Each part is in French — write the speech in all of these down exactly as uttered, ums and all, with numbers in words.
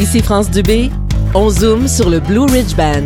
Ici France Dubé, on zoome sur le Blue Ridge Band.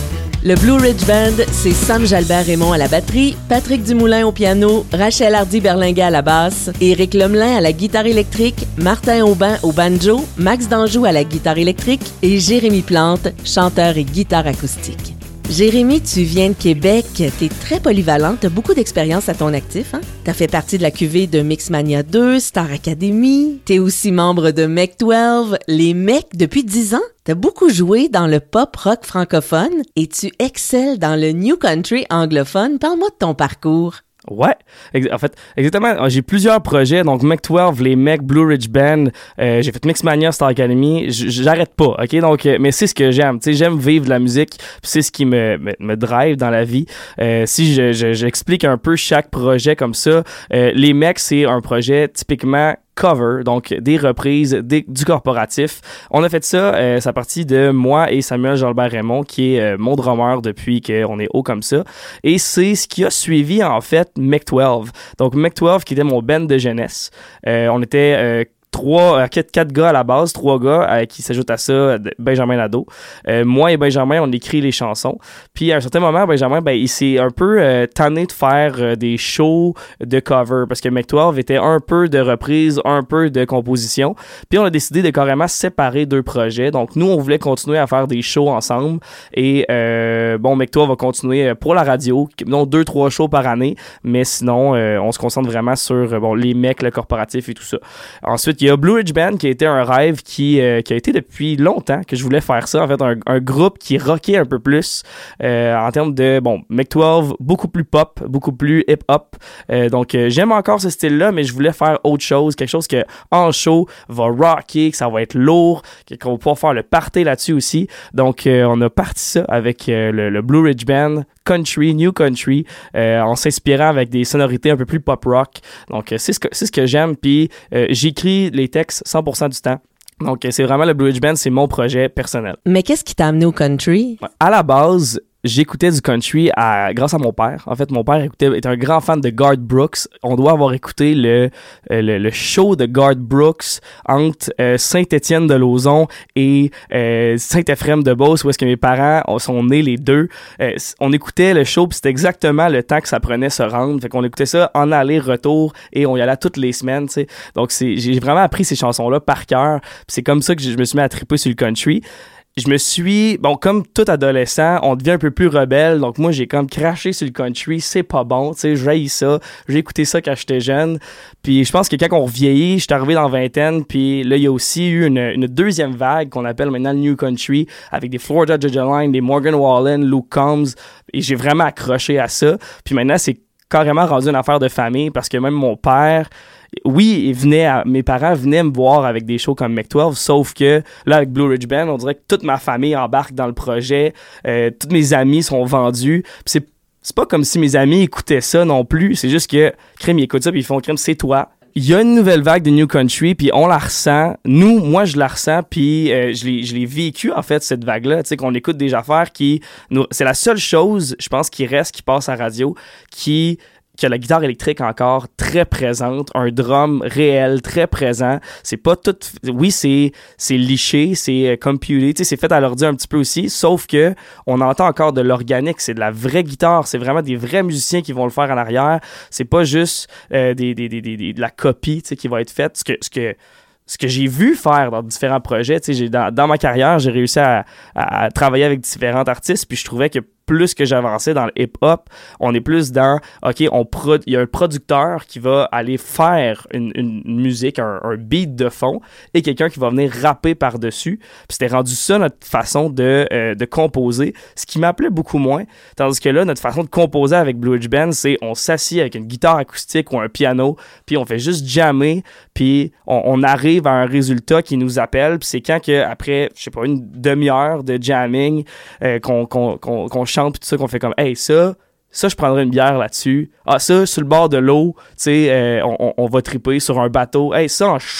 Le Blue Ridge Band, c'est Sam Jalbert-Raymond à la batterie, Patrick Dumoulin au piano, Rachel Hardy-Berlinguet à la basse, Éric Lemelin à la guitare électrique, Martin Aubin au banjo, Max Danjou à la guitare électrique et Jérémy Plante, chanteur et guitare acoustique. Jérémy, tu viens de Québec, t'es très polyvalent, t'as beaucoup d'expérience à ton actif, hein? T'as fait partie de la cuvée de Mixmania deux, Star Academy, t'es aussi membre de Mec douze, les Mecs depuis dix ans. T'as beaucoup joué dans le pop rock francophone et tu excelles dans le new country anglophone. Parle-moi de ton parcours. Ouais, en fait, exactement. J'ai plusieurs projets, donc Mec douze, les Mecs, Blue Ridge Band, euh, j'ai fait Mixmania, Star Academy, j'arrête pas, ok? Donc, euh, mais c'est ce que j'aime, tu sais, j'aime vivre de la musique, puis c'est ce qui me, me, me drive dans la vie. Euh, si je, je, j'explique un peu chaque projet comme ça, euh, les Mecs, c'est un projet typiquement cover, donc des reprises des, du corporatif. On a fait ça, euh, ça partie de moi et Samuel Jalbert-Raymond, qui est euh, mon drummer depuis qu'on est haut comme ça. Et c'est ce qui a suivi, en fait, Mec douze. Donc, Mec douze, qui était mon band de jeunesse. Euh, on était... Euh, trois, quatre, quatre gars à la base, trois gars euh, qui s'ajoutent à ça, Benjamin Nadeau. Euh, moi et Benjamin, on écrit les chansons. Puis à un certain moment, Benjamin, ben, il s'est un peu euh, tanné de faire euh, des shows de cover parce que Mec douze était un peu de reprise, un peu de composition. Puis on a décidé de carrément séparer deux projets. Donc nous, on voulait continuer à faire des shows ensemble. Et euh, bon, Mec douze va continuer pour la radio, non deux, trois shows par année. Mais sinon, euh, on se concentre vraiment sur bon, les mecs, le corporatif et tout ça. Ensuite, il y a Blue Ridge Band qui a été un rêve qui, euh, qui a été depuis longtemps que je voulais faire ça. En fait, un, un groupe qui rockait un peu plus euh, en termes de, bon, Mec douze, beaucoup plus pop, beaucoup plus hip-hop. Euh, donc, euh, j'aime encore ce style-là, mais je voulais faire autre chose, quelque chose que en show va rocker, que ça va être lourd, qu'on va pouvoir faire le party là-dessus aussi. Donc, euh, on a parti ça avec euh, le, le Blue Ridge Band, country, new country, euh, en s'inspirant avec des sonorités un peu plus pop rock. Donc, euh, c'est ce que, c'est ce que j'aime. Puis, euh, j'écris les textes cent pour cent du temps. Donc, c'est vraiment le Blue Ridge Band, c'est mon projet personnel. Mais qu'est-ce qui t'a amené au country? À la base, j'écoutais du country à, grâce à mon père. En fait, mon père écoutait, était un grand fan de Garth Brooks. On doit avoir écouté le, le, le show de Garth Brooks entre euh, Saint-Étienne-de-Lauzon et euh, Saint-Éphrem-de-Beauce, où est-ce que mes parents sont nés les deux. Euh, on écoutait le show, puis c'était exactement le temps que ça prenait se rendre. Fait qu'on écoutait ça en aller-retour et on y allait toutes les semaines, tu sais. Donc, c'est, j'ai vraiment appris ces chansons-là par cœur. Puis c'est comme ça que je me suis mis à triper sur le country. Je me suis, bon, comme tout adolescent, on devient un peu plus rebelle, donc moi j'ai comme craché sur le country, c'est pas bon, tu sais, j'haïs ça, j'ai écouté ça quand j'étais jeune, puis je pense que quand on vieillit, je suis arrivé dans la vingtaine, puis là il y a aussi eu une, une deuxième vague qu'on appelle maintenant le new country, avec des Florida Georgia Line, des Morgan Wallen, Luke Combs, et j'ai vraiment accroché à ça, puis maintenant c'est carrément rendu une affaire de famille, parce que même mon père, oui, il venait à, mes parents venaient me voir avec des shows comme Mec douze, sauf que là, avec Blue Ridge Band, on dirait que toute ma famille embarque dans le projet, euh, tous mes amis sont vendus, pis c'est, c'est pas comme si mes amis écoutaient ça non plus, c'est juste que, crème, ils écoutent ça, puis ils font, crème, c'est toi. Il y a une nouvelle vague de New Country, puis on la ressent. Nous, moi, je la ressens, puis euh, je l'ai, je l'ai vécu, en fait, cette vague-là. Tu sais, qu'on écoute des affaires qui... Nous, c'est la seule chose, je pense, qui reste, qui passe à la radio, qui... qui a la guitare électrique encore très présente, un drum réel très présent. C'est pas tout, oui, c'est c'est liché, c'est computé, tu sais, c'est fait à l'ordi un petit peu aussi, sauf que on entend encore de l'organique, c'est de la vraie guitare, c'est vraiment des vrais musiciens qui vont le faire en arrière. C'est pas juste euh, des, des, des, des, des de la copie, tu sais, qui va être faite. Ce que ce que ce que j'ai vu faire dans différents projets, tu sais, j'ai dans dans ma carrière, j'ai réussi à, à, à travailler avec différents artistes, puis je trouvais que plus que j'avançais dans le hip-hop, on est plus dans, OK, on pro- il y a un producteur qui va aller faire une, une, une musique, un, un beat de fond, et quelqu'un qui va venir rapper par-dessus. Puis c'était rendu ça notre façon de, euh, de composer, ce qui m'appelait beaucoup moins. Tandis que là, notre façon de composer avec Blue Ridge Band, c'est on s'assied avec une guitare acoustique ou un piano, puis on fait juste jammer, puis on, on arrive à un résultat qui nous appelle, puis c'est quand que après, je sais pas, une demi-heure de jamming, euh, qu'on, qu'on, qu'on, qu'on chante puis tout ça, qu'on fait comme hey, ça ça je prendrais une bière là-dessus, ah ça sur le bord de l'eau, tu sais, euh, on, on va triper sur un bateau, hey ça en show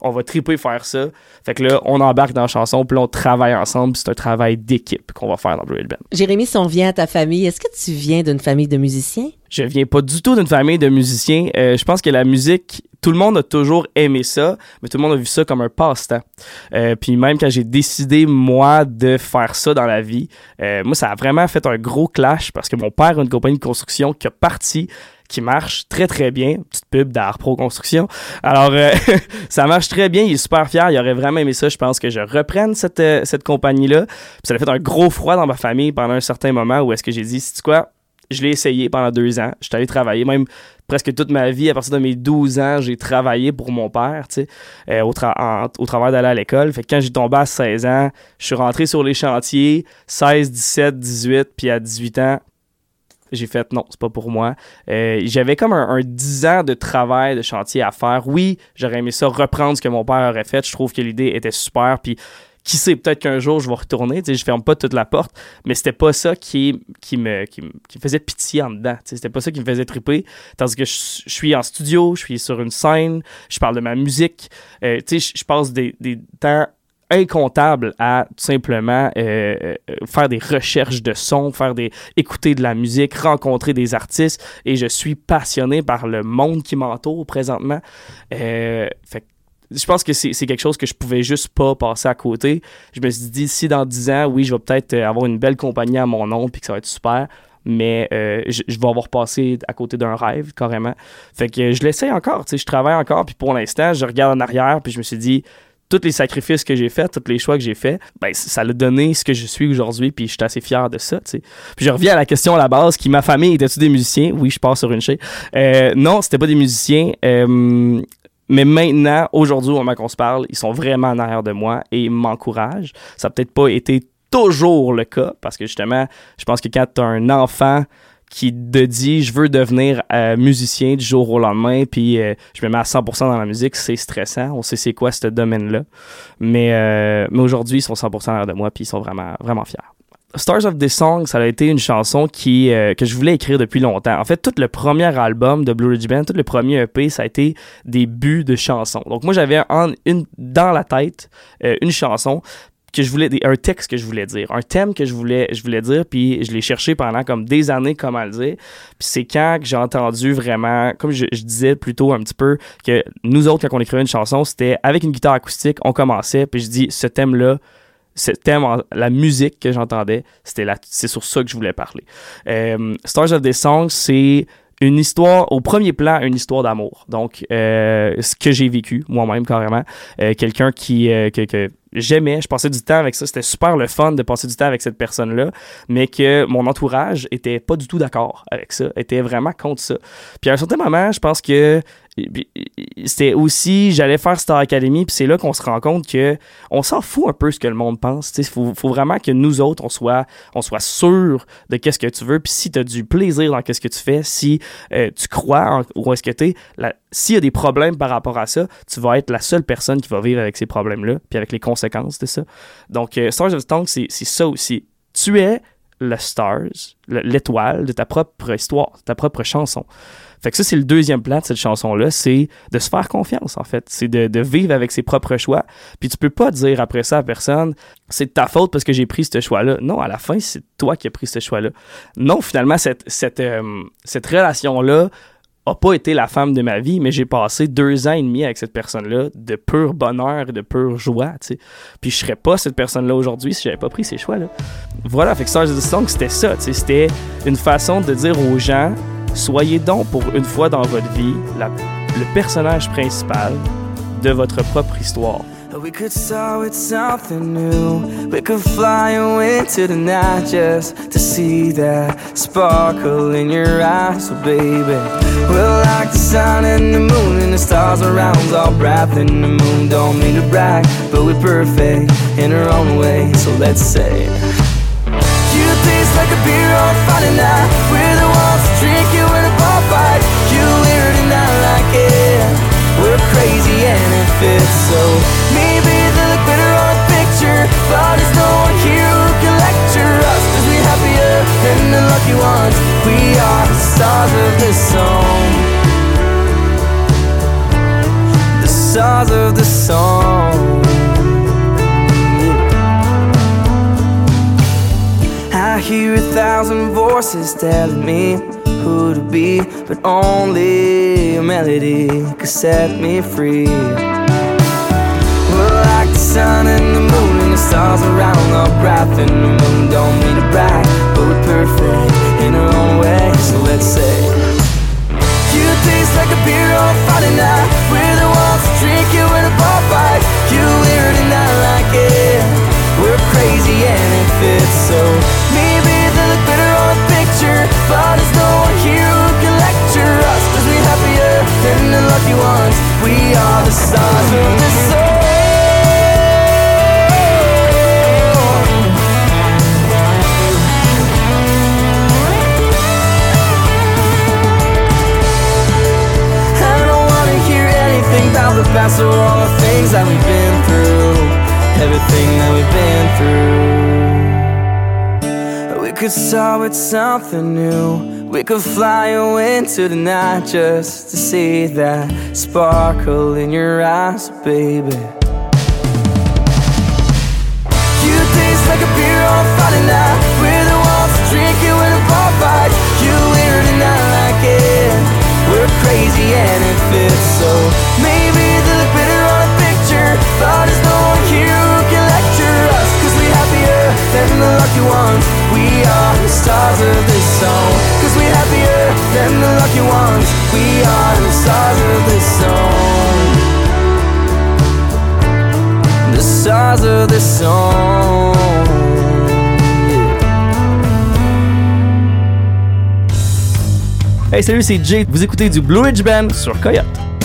on va triper faire ça. Fait que là, on embarque dans la chanson, puis là, on travaille ensemble, puis c'est un travail d'équipe qu'on va faire dans Blue Ridge Band. Jérémy, si on vient à ta famille, est-ce que tu viens d'une famille de musiciens? Je viens pas du tout d'une famille de musiciens. Euh, je pense que la musique, tout le monde a toujours aimé ça, mais tout le monde a vu ça comme un passe-temps. Euh, puis même quand j'ai décidé, moi, de faire ça dans la vie, euh, moi, ça a vraiment fait un gros clash parce que mon père a une compagnie de construction qui a parti, qui marche très, très bien. Petite pub d'Arpro Construction. Alors, euh, ça marche très bien. Il est super fier. Il aurait vraiment aimé ça. Je pense que je reprenne cette, euh, cette compagnie-là. Puis ça a fait un gros froid dans ma famille pendant un certain moment où est-ce que j'ai dit, sais-tu quoi? Je l'ai essayé pendant deux ans. Je suis allé travailler, même presque toute ma vie. À partir de mes douze ans, j'ai travaillé pour mon père, tu sais, euh, au, tra- en, au travers d'aller à l'école. Fait que quand j'ai tombé à seize ans, je suis rentré sur les chantiers, seize, dix-sept, dix-huit, puis à dix-huit ans, j'ai fait non, c'est pas pour moi. Euh, j'avais comme un, un dix ans de travail de chantier à faire. Oui, j'aurais aimé ça reprendre ce que mon père aurait fait. Je trouve que l'idée était super, puis qui sait, peut-être qu'un jour, je vais retourner. Tu sais, je ferme pas toute la porte, mais c'était pas ça qui, qui, me, qui, me, qui me faisait pitié en dedans. Tu sais, c'était pas ça qui me faisait triper. Tandis que je, je suis en studio, je suis sur une scène, je parle de ma musique. Euh, tu sais, je, je passe des, des temps incomptables à tout simplement euh, euh, faire des recherches de sons, faire des, écouter de la musique, rencontrer des artistes. Et je suis passionné par le monde qui m'entoure présentement. Euh, fait que je pense que c'est, c'est quelque chose que je pouvais juste pas passer à côté. Je me suis dit, si dans dix ans, oui, je vais peut-être avoir une belle compagnie à mon nom puis que ça va être super, mais euh, je, je vais avoir passé à côté d'un rêve, carrément. Fait que je l'essaie encore, tu sais, je travaille encore, puis pour l'instant, je regarde en arrière, puis je me suis dit, tous les sacrifices que j'ai faits, tous les choix que j'ai faits, ben ça l'a donné ce que je suis aujourd'hui, puis je suis assez fier de ça, tu sais. Puis je reviens à la question à la base, qui ma famille, était-tu des musiciens? Oui, je pars sur une chaîne. Euh, non, c'était pas des musiciens. Euh, Mais maintenant, aujourd'hui, au moment qu'on se parle, ils sont vraiment en arrière de moi et ils m'encouragent. Ça n'a peut-être pas été toujours le cas parce que justement, je pense que quand tu as un enfant qui te dit « je veux devenir euh, musicien du jour au lendemain » puis euh, je me mets à cent pour cent dans la musique, c'est stressant. On sait c'est quoi ce domaine-là. Mais, euh, mais aujourd'hui, ils sont cent pour cent en arrière de moi puis ils sont vraiment, vraiment fiers. Stars of This Song, ça a été une chanson qui euh, que je voulais écrire depuis longtemps. En fait, tout le premier album de Blue Ridge Band, tout le premier E P, ça a été des buts de chansons. Donc moi, j'avais en, une, dans la tête euh, une chanson que je voulais, un texte que je voulais dire, un thème que je voulais, je voulais dire, puis je l'ai cherché pendant comme des années comment le dire. Puis c'est quand que j'ai entendu vraiment, comme je, je disais plus tôt un petit peu, que nous autres, quand on écrivait une chanson, c'était avec une guitare acoustique, on commençait, puis je dis, ce thème-là, ce thème, la musique que j'entendais, c'était la, c'est sur ça que je voulais parler. Euh, Stars of This Song, c'est une histoire, au premier plan, une histoire d'amour. Donc, euh, ce que j'ai vécu, moi-même, carrément. Euh, quelqu'un qui, euh, que, que j'aimais, je passais du temps avec ça. C'était super le fun de passer du temps avec cette personne-là, mais que mon entourage était pas du tout d'accord avec ça, était vraiment contre ça. Puis à un certain moment, je pense que c'était aussi, j'allais faire Star Academy, puis c'est là qu'on se rend compte que on s'en fout un peu ce que le monde pense. Il faut, faut vraiment que nous autres, on soit, on soit sûrs de qu'est-ce que tu veux, puis si tu as du plaisir dans qu'est-ce que tu fais, si euh, tu crois en, où est-ce que tu es, s'il y a des problèmes par rapport à ça, tu vas être la seule personne qui va vivre avec ces problèmes-là, puis avec les conséquences de ça. Donc, euh, Stars of the Song, c'est, c'est ça aussi. Tu es le stars, l'étoile de ta propre histoire, de ta propre chanson. Fait que ça, c'est le deuxième plan de cette chanson-là, c'est de se faire confiance, en fait. C'est de, de vivre avec ses propres choix. Puis tu peux pas dire après ça à personne, c'est de ta faute parce que j'ai pris ce choix-là. Non, à la fin, c'est toi qui as pris ce choix-là. Non, finalement, cette, cette, euh, cette relation-là a pas été la femme de ma vie, mais j'ai passé deux ans et demi avec cette personne-là de pur bonheur et de pure joie, tu sais. Puis je serais pas cette personne-là aujourd'hui si j'avais pas pris ces choix-là. Voilà, fait que Stars of the Song, c'était ça, tu sais. C'était une façon de dire aux gens, soyez donc pour une fois dans votre vie la, le personnage principal de votre propre histoire. We could start with something new. We could fly away to the night just to see that sparkle in your eyes, so baby. We're like the sun and the moon and the stars around us, all bright than the moon. Don't mean to brag, but we're perfect in our own way, so let's say you taste like a beer on a Friday night. We're the ones to drink you in a bar fight. You weird and I like it. We're crazy and it fits, so maybe they look better on a picture, but there's no one here who can lecture us, cause we're happier than the lucky ones. We are the stars of this song. The stars of the song. I hear a thousand voices telling me who to be, but only a melody could set me free. Well, like the sun and the moon and the stars around the bright, and the moon don't need a bride, but we're perfect in our own way. So let's say, you taste like a beer on a Friday night. We're the ones to drink it when the bar fight. You weird and I like it. We're crazy and it fits. So maybe they look better on a picture, but there's no one here who can lecture us, 'cause we're happier than the lucky ones. We are the stars of the soul. About the past or all the things that we've been through, everything that we've been through. We could start with something new. We could fly away into the night just to see that sparkle in your eyes, baby. You taste like a beer on a Friday night. We're the ones to drink it when the bar fight. You weird and I like it. We're crazy and it fits. So maybe they look better on a picture, but there's no one here who can lecture us, 'cause we're happier than the lucky ones. We are the stars of this song. 'Cause we're happier than the lucky ones. We are the stars of this song. The stars of this song. Hey, salut, c'est Jay. Vous écoutez du Blue Ridge Band sur Coyote.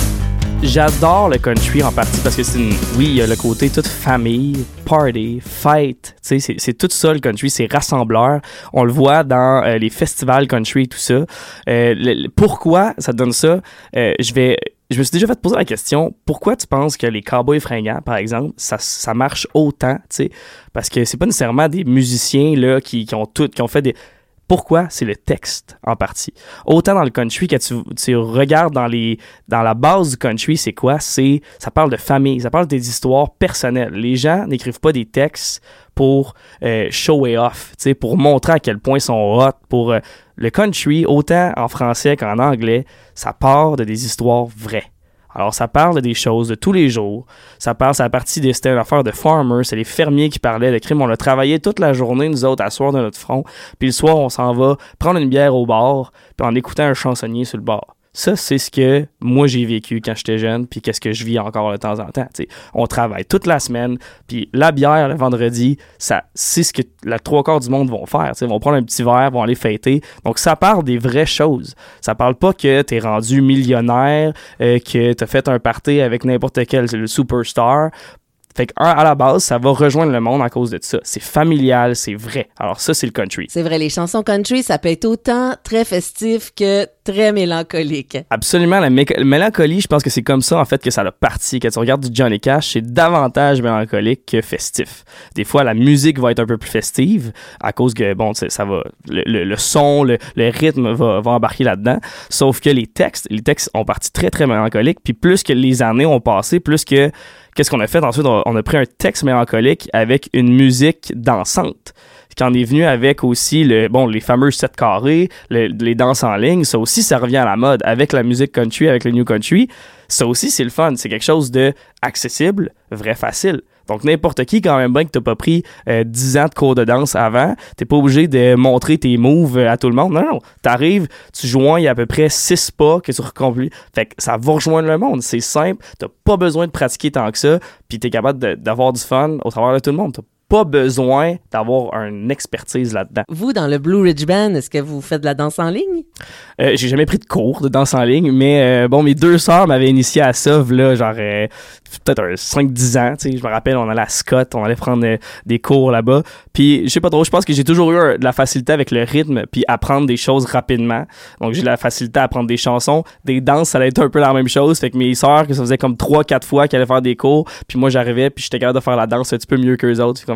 J'adore le country en partie parce que c'est une... Oui, il y a le côté toute famille, party, fête. Tu sais, c'est, c'est tout ça, le country, c'est rassembleur. On le voit dans euh, les festivals country et tout ça. Euh, le, pourquoi ça donne ça? Euh, je vais... Je me suis déjà fait poser la question, pourquoi tu penses que les Cowboys fringants, par exemple, ça, ça marche autant, tu sais? Parce que c'est pas nécessairement des musiciens, là, qui, qui ont tout, qui ont fait des... Pourquoi? C'est le texte, en partie. Autant dans le country, quand tu, tu regardes dans, les, dans la base du country, c'est quoi? C'est, ça parle de famille, ça parle des histoires personnelles. Les gens n'écrivent pas des textes pour euh, show it off, tu sais, pour montrer à quel point ils sont hot. Pour, euh, le country, autant en français qu'en anglais, ça part de des histoires vraies. Alors, ça parle des choses de tous les jours. Ça parle, c'est la partie des, c'était une affaire de farmers, c'est les fermiers qui parlaient de crime. On a travaillé toute la journée, nous autres, à soir de notre front. Puis le soir, on s'en va prendre une bière au bar, puis en écoutant un chansonnier sur le bar. Ça, c'est ce que moi, j'ai vécu quand j'étais jeune, puis qu'est-ce que je vis encore de temps en temps. T'sais. On travaille toute la semaine, puis la bière, le vendredi, ça, c'est ce que la trois quarts du monde vont faire. T'sais. Ils vont prendre un petit verre, vont aller fêter. Donc, ça parle des vraies choses. Ça parle pas que t'es rendu millionnaire, euh, que t'as fait un party avec n'importe quel le superstar. Fait que, un, à la base, ça va rejoindre le monde à cause de ça. C'est familial, c'est vrai. Alors ça, c'est le country. C'est vrai, les chansons country, ça peut être autant très festif que très mélancolique. Absolument. La mé- mélancolie, je pense que c'est comme ça, en fait, que ça a parti. Quand tu regardes du Johnny Cash, c'est davantage mélancolique que festif. Des fois, la musique va être un peu plus festive à cause que, bon, ça va... Le, le, le son, le, le rythme va, va embarquer là-dedans. Sauf que les textes, les textes ont parti très, très mélancoliques. Puis plus que les années ont passé, plus que... Qu'est-ce qu'on a fait ensuite? On a pris un texte mélancolique avec une musique dansante. Qui en est venu avec aussi le, bon, les fameux sept carrés, le, les danses en ligne. Ça aussi, ça revient à la mode avec la musique country, avec le new country. Ça aussi, c'est le fun. C'est quelque chose de accessible, vrai, facile. Donc, n'importe qui, quand même bien que t'as pas pris euh, dix ans de cours de danse avant, t'es pas obligé de montrer tes moves à tout le monde. Non, non, t'arrives, tu joins, il y a à peu près six pas que tu recomplis. Fait que ça va rejoindre le monde. C'est simple, t'as pas besoin de pratiquer tant que ça, puis t'es capable de, d'avoir du fun au travers de tout le monde. T'as pas besoin d'avoir une expertise là-dedans. Vous, dans le Blue Ridge Band, est-ce que vous faites de la danse en ligne? Euh, j'ai jamais pris de cours de danse en ligne, mais euh, bon, mes deux sœurs m'avaient initié à ça, là, genre euh, peut-être un cinq dix ans, tu sais, je me rappelle, on allait à Scott, on allait prendre euh, des cours là-bas, puis je sais pas trop, je pense que j'ai toujours eu un, de la facilité avec le rythme, puis apprendre des choses rapidement, donc j'ai de la facilité à apprendre des chansons, des danses, ça allait être un peu la même chose, fait que mes sœurs, que ça faisait comme trois quatre fois qu'elles allaient faire des cours, puis moi j'arrivais, puis j'étais capable de faire la danse un petit peu mieux qu'eux autres, comme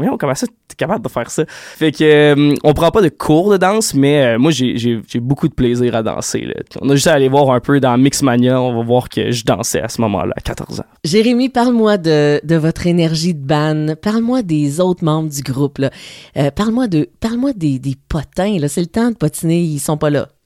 mais on comment ça t'es capable de faire ça? Fait que euh, on prend pas de cours de danse, mais euh, moi j'ai, j'ai, j'ai beaucoup de plaisir à danser, là. On a juste à aller voir un peu dans Mixmania, on va voir que je dansais à ce moment-là, à quatorze ans. Jérémy, parle-moi de, de votre énergie de band. Parle-moi des autres membres du groupe, là. Euh, parle-moi de, parle-moi des, des potins, là. C'est le temps de potiner, ils sont pas là.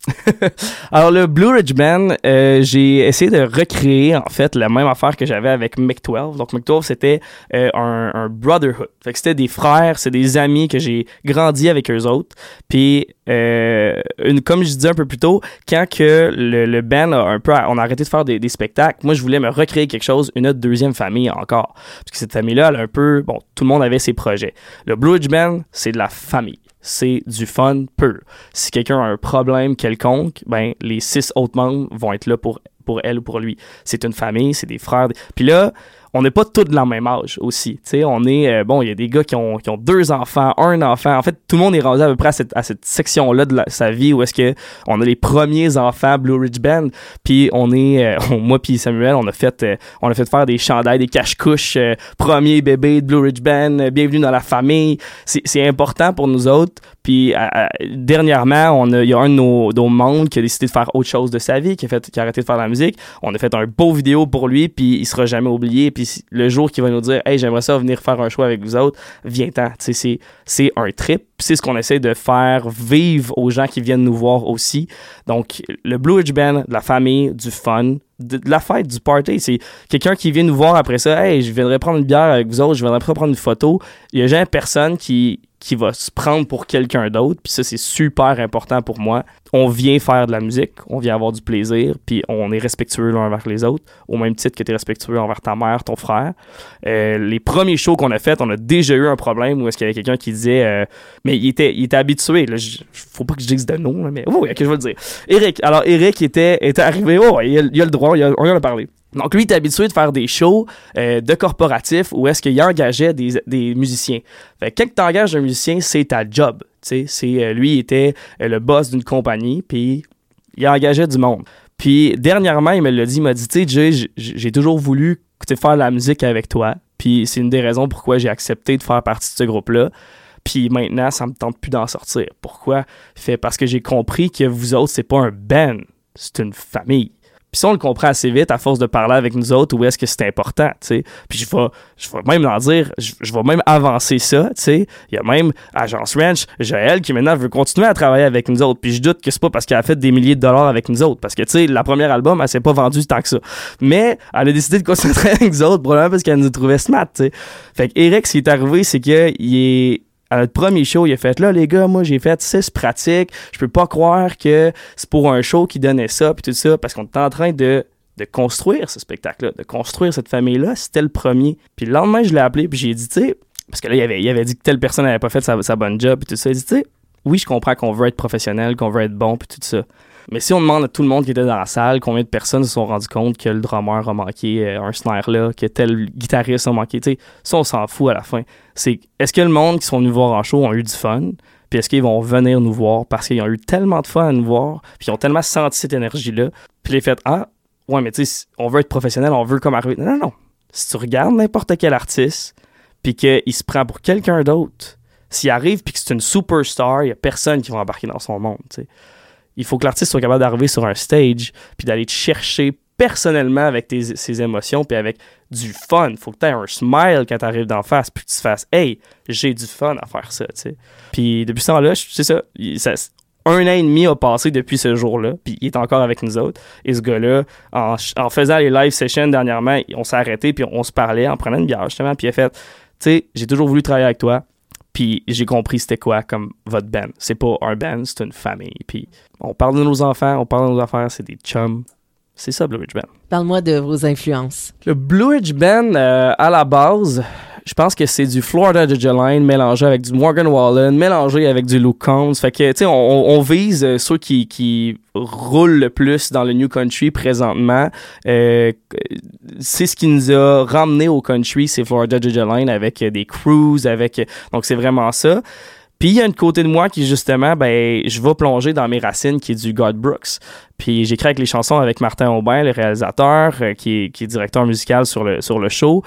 Alors le Blue Ridge Band, euh, j'ai essayé de recréer en fait la même affaire que j'avais avec Mick douze. Donc Mick douze c'était euh, un, un brotherhood. Fait que c'était des frères, c'est des amis que j'ai grandi avec eux autres. Puis euh, une, comme je disais un peu plus tôt, quand que le, le band a un peu, on a arrêté de faire des, des spectacles, moi je voulais me recréer quelque chose, une autre deuxième famille encore. Parce que cette famille-là, elle a un peu, bon, tout le monde avait ses projets. Le Blue Ridge Band, c'est de la famille. C'est du fun pur. Si quelqu'un a un problème quelconque, ben les six autres membres vont être là pour, pour elle ou pour lui. C'est une famille, c'est des frères. Puis là, on n'est pas tous de la même âge aussi. Tu sais, on est, euh, bon, il y a des gars qui ont, qui ont deux enfants, un enfant. En fait, tout le monde est rendu à peu près à cette, à cette section-là de la, sa vie où est-ce que on a les premiers enfants Blue Ridge Band. Puis on est, euh, on, moi puis Samuel, on a fait, euh, on a fait faire des chandails, des cache-couches, euh, premier bébé de Blue Ridge Band, euh, bienvenue dans la famille. C'est, c'est important pour nous autres. Puis euh, dernièrement, on a, il y a un de nos, nos membres qui a décidé de faire autre chose de sa vie, qui a fait, qui a arrêté de faire de la musique. On a fait un beau vidéo pour lui, puis il sera jamais oublié. Puis le jour qu'il va nous dire « Hey, j'aimerais ça venir faire un show avec vous autres », viens-t'en. Tu sais, c'est, c'est un trip. Puis c'est ce qu'on essaie de faire vivre aux gens qui viennent nous voir aussi. Donc, le Blue Ridge Band, de la famille, du fun, de, de la fête, du party. C'est quelqu'un qui vient nous voir après ça « Hey, je viendrais prendre une bière avec vous autres, je viendrais prendre une photo ». Il y a jamais personne qui... qui va se prendre pour quelqu'un d'autre, puis ça, c'est super important pour moi. On vient faire de la musique, on vient avoir du plaisir, puis on est respectueux l'un envers les autres, au même titre que tu es respectueux envers ta mère, ton frère. Euh, les premiers shows qu'on a fait, on a déjà eu un problème où est-ce qu'il y avait quelqu'un qui disait... Euh, mais il était, il était habitué, là, je, faut pas que je dise de nom, là, mais oh, ok, je vais le dire. Eric, alors Eric était, était arrivé, oh, il a, il a le droit, il a, on en a parlé. Donc, lui, il est habitué de faire des shows euh, de corporatifs où est-ce qu'il engageait des, des musiciens. Fait que quand tu engages un musicien, c'est ta job. Tu sais, c'est, euh, lui, il était euh, le boss d'une compagnie, puis il engageait du monde. Puis, dernièrement, il me l'a dit, il m'a dit, tu sais, Jay, j'ai, j'ai toujours voulu faire de la musique avec toi, puis c'est une des raisons pourquoi j'ai accepté de faire partie de ce groupe-là. Puis maintenant, ça me tente plus d'en sortir. Pourquoi? Fait parce que j'ai compris que vous autres, c'est pas un band, c'est une famille. Puis ça, on le comprend assez vite à force de parler avec nous autres où est-ce que c'est important, tu sais. Puis je vais, je vais même en dire, je, je vais même avancer ça, tu sais. Il y a même Agence Ranch, Joël, qui maintenant veut continuer à travailler avec nous autres. Puis je doute que c'est pas parce qu'elle a fait des milliers de dollars avec nous autres. Parce que, tu sais, la première album, elle s'est pas vendue tant que ça. Mais elle a décidé de continuer avec nous autres, probablement parce qu'elle nous trouvait smart, tu sais. Fait que Eric, ce qui est arrivé, c'est qu'il est... À notre premier show, il a fait « Là, les gars, moi, j'ai fait six pratiques. Je peux pas croire que c'est pour un show qui donnait ça, puis tout ça. » Parce qu'on était en train de, de construire ce spectacle-là, de construire cette famille-là. C'était le premier. Puis le lendemain, je l'ai appelé, puis j'ai dit, tu sais... Parce que là, il avait, il avait dit que telle personne n'avait pas fait sa, sa bonne job, puis tout ça. Il dit, tu sais, oui, je comprends qu'on veut être professionnel, qu'on veut être bon, puis tout ça. Mais si on demande à tout le monde qui était dans la salle combien de personnes se sont rendues compte que le drummer a manqué euh, un snare là, que tel guitariste a manqué, tu sais, ça on s'en fout à la fin. C'est est-ce que le monde qui sont venus voir en show ont eu du fun, puis est-ce qu'ils vont venir nous voir parce qu'ils ont eu tellement de fun à nous voir, puis ils ont tellement senti cette énergie-là, puis les fait ah, ouais, mais tu sais, on veut être professionnel, on veut comme arriver. Non, non, non. Si tu regardes n'importe quel artiste, puis qu'il se prend pour quelqu'un d'autre, s'il arrive puis que c'est une superstar, il y a personne qui va embarquer dans son monde, tu sais. Il faut que l'artiste soit capable d'arriver sur un stage puis d'aller te chercher personnellement avec tes, ses émotions puis avec du fun. Il faut que tu aies un smile quand tu arrives d'en face puis que tu te fasses « Hey, j'ai du fun à faire ça. » tu sais. Puis depuis ce temps-là, c'est ça, ça, un an et demi a passé depuis ce jour-là puis il est encore avec nous autres. Et ce gars-là, en, en faisant les live sessions dernièrement, on s'est arrêté puis on se parlait en prenant une bière justement puis il a fait « Tu sais, j'ai toujours voulu travailler avec toi. » Puis j'ai compris c'était quoi comme votre band. C'est pas un band, c'est une famille. Puis on parle de nos enfants, on parle de nos affaires, c'est des chums. C'est ça, Blue Ridge Band. Parle-moi de vos influences. Le Blue Ridge Band, euh, à la base, je pense que c'est du Florida Georgia Line mélangé avec du Morgan Wallen, mélangé avec du Luke Combs. Fait que, tu sais, on, on vise euh, ceux qui, qui roulent le plus dans le New Country présentement. Euh, c'est ce qui nous a ramené au country, c'est Florida Georgia Line avec euh, des crews, avec... Euh, donc, c'est vraiment ça. Puis il y a une côté de moi qui, justement, ben, je vais plonger dans mes racines, qui est du Garth Brooks. Puis j'écris avec les chansons avec Martin Aubin, le réalisateur, euh, qui, est, qui est directeur musical sur le, sur le show.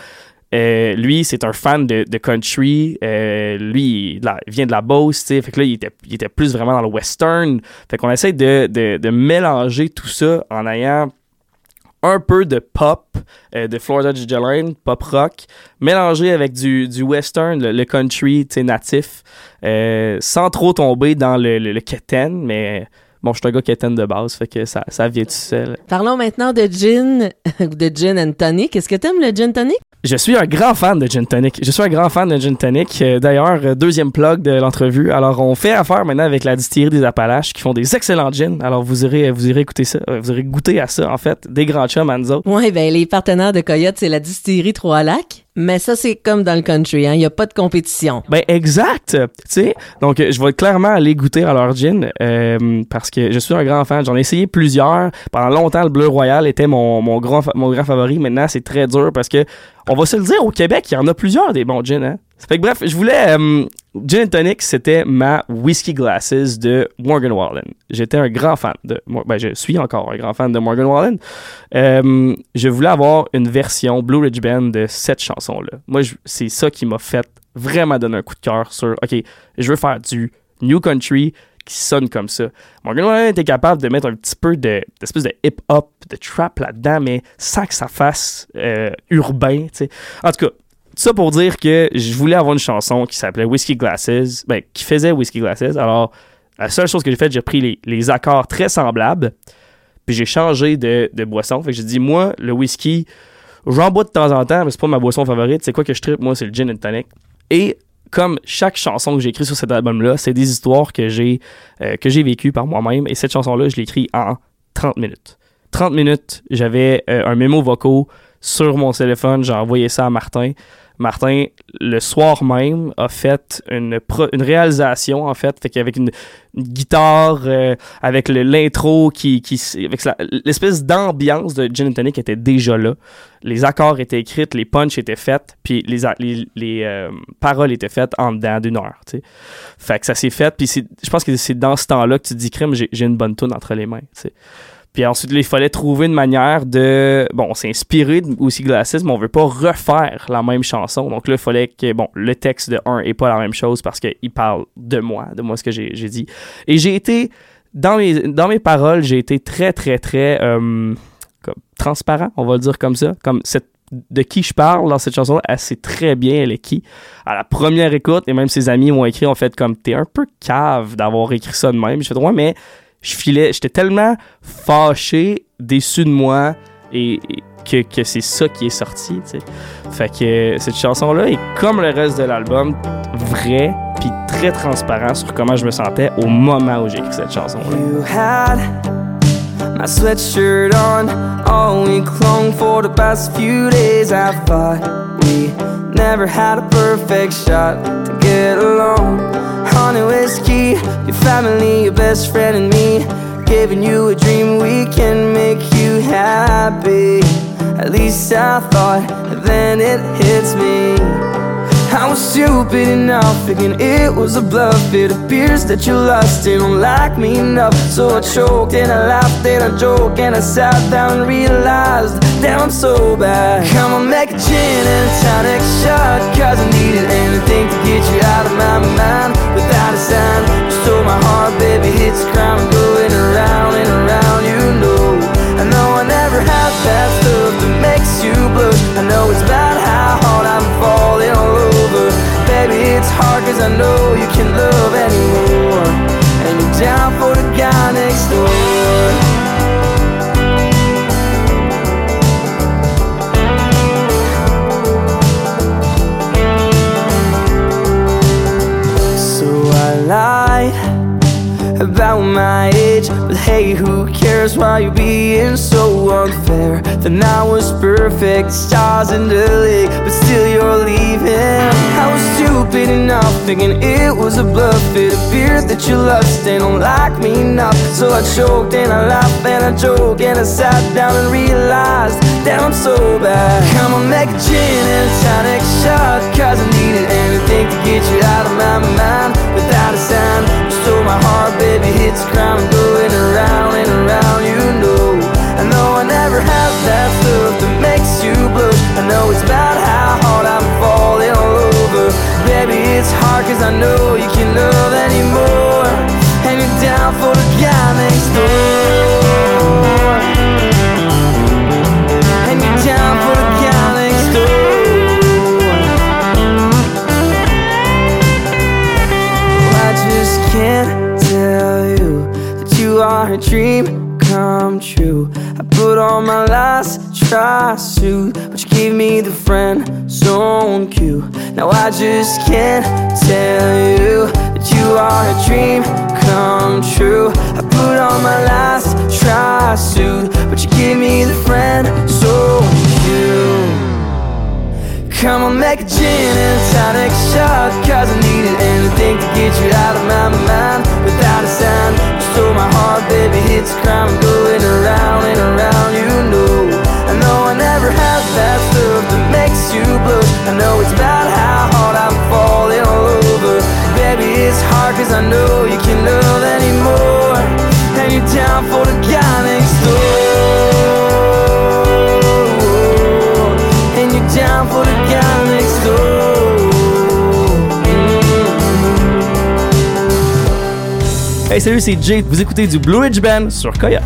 Euh, lui, c'est un fan de, de country. Euh, lui, il, il vient de la Beauce, tu sais. Fait que là, il était, il était plus vraiment dans le western. Fait qu'on essaie de, de, de mélanger tout ça en ayant un peu de pop, euh, de Florida Georgia Line, pop rock, mélangé avec du, du western, le, le country, tu sais, natif, euh, sans trop tomber dans le, le, le quétaine, mais bon, je suis un gars quétaine de base, fait que ça, ça vient tout seul. Parlons maintenant de gin, de gin and tonic. Est-ce que t'aimes le gin tonic? Je suis un grand fan de gin tonic. Je suis un grand fan de gin tonic. Euh, d'ailleurs, euh, deuxième plug de l'entrevue. Alors, on fait affaire maintenant avec la distillerie des Appalaches qui font des excellents gins. Alors, vous irez, vous irez écouter ça. Euh, vous irez goûter à ça, en fait. Des grands chums à nous autres. Oui, ben les partenaires de Coyote, c'est la distillerie Trois-Lacs. Mais ça, c'est comme dans le country, hein. Il n'y a pas de compétition. Ben, exact. Tu sais, donc, je vais clairement aller goûter à leur gin euh, parce que je suis un grand fan. J'en ai essayé plusieurs. Pendant longtemps, le Bleu Royal était mon, mon, grand, mon grand favori. Maintenant, c'est très dur parce que, on va se le dire, au Québec, il y en a plusieurs des bons gins, hein. Fait que bref, je voulais... Euh, Gin and Tonic, c'était ma Whiskey Glasses de Morgan Wallen. J'étais un grand fan de... Ben, je suis encore un grand fan de Morgan Wallen. Euh, je voulais avoir une version Blue Ridge Band de cette chanson-là. Moi, je, c'est ça qui m'a fait vraiment donner un coup de cœur sur... OK, je veux faire du New Country qui sonne comme ça. Morgan Wallen était capable de mettre un petit peu de, d'espèce de hip-hop, de trap là-dedans, mais sans que ça fasse euh, urbain, tu sais. En tout cas, tout ça pour dire que je voulais avoir une chanson qui s'appelait Whiskey Glasses, ben, qui faisait Whiskey Glasses. Alors, la seule chose que j'ai faite, j'ai pris les, les accords très semblables, puis j'ai changé de, de boisson. Fait que j'ai dit, moi, le whisky, j'en bois de temps en temps, mais c'est pas ma boisson favorite. C'est quoi que je trippe, moi, c'est le gin and tonic. Et comme chaque chanson que j'ai écrite sur cet album-là, c'est des histoires que j'ai, euh, que j'ai vécues par moi-même. Et cette chanson-là, je l'ai écrite en trente minutes. trente minutes, j'avais euh, un mémo vocal sur mon téléphone, j'ai envoyé ça à Martin. Martin, le soir même, a fait une, pro- une réalisation, en fait, fait qu'avec une, une guitare, euh, avec le, l'intro, qui, qui, avec la, l'espèce d'ambiance de Gin and Tonic était déjà là. Les accords étaient écrits, les punchs étaient faits, puis les, les, les euh, paroles étaient faites en dedans d'une heure, tu sais. Fait que ça s'est fait, puis c'est, je pense que c'est dans ce temps-là que tu te dis, crème, j'ai, j'ai une bonne toune entre les mains, tu sais. Puis ensuite, là, il fallait trouver une manière de... Bon, on s'est inspiré de Whiskey Glasses, mais on veut pas refaire la même chanson. Donc là, il fallait que... Bon, le texte de un est pas la même chose parce qu'il parle de moi, de moi, ce que j'ai, j'ai dit. Et j'ai été... Dans mes, dans mes paroles, j'ai été très, très, très... Euh, comme, transparent, on va le dire comme ça. Comme cette, de qui je parle dans cette chanson-là, elle sait très bien elle est qui. À la première écoute, et même ses amis m'ont écrit, en fait, comme, t'es un peu cave d'avoir écrit ça de même. J'ai fait, ouais, mais... Je filais, j'étais tellement fâché, déçu de moi et, et que, que c'est ça qui est sorti, tu sais. Fait que euh, cette chanson-là est comme le reste de l'album, vrai puis très transparent sur comment je me sentais au moment où j'ai écrit cette chanson-là. You had my sweatshirt on all week long for the past few days. I thought we never had a perfect shot to get along. Honey whiskey, your family, your best friend and me, giving you a dream we can make you happy. At least I thought, and then it hits me. I was stupid enough, thinking it was a bluff. It appears that you lost and don't like me enough. So I choked and I laughed and I joked and I sat down and realized that I'm so bad. Come on, make a gin and tonic shot, cause I needed anything to get you out of my mind. Without a sign, you stole my heart, baby, hits the ground, going around and around, you know. I know I never had that stuff that makes you blush. I know it's bad how hard I'm falling all over. Baby, it's hard cause I know you can love anymore. And you're down for the guy next door. About my age, but hey, who cares? Why you being so unfair? Then I was perfect, stars in the lake, but still you're leaving. I was stupid enough, thinking it was a bluff. It appears that you lost and don't like me enough. So I choked and I laughed and I joked and I sat down and realized that I'm so bad. Come on, make a gin and tonic shot, cause I needed anything to get you out of my mind. Without a sign, you stole my heart, baby, hits the ground, going around and around, you know. I know I never had that stuff that makes you blush. I know it's bad how hard dream come true. I put on my last try suit, but you gave me the friend zone cue. Now I just can't tell you that you are a dream come true. I put on my last try suit, but you gave me the friend zone cue. Come on, make a gin and tonic shot, cause I need it, anything to get you out of my mind. Without a sound, you stole my heart, baby, hits the crime and going around and around, you know. I know I never had that stuff that makes you blush. I know it's about how hard I'm falling all over. Baby, it's hard cause I know you can't love anymore, and you're down for the guy next door. And you're down for the guy next door. Hey, salut, c'est Jay. Vous écoutez du Blue Ridge Band sur Coyote.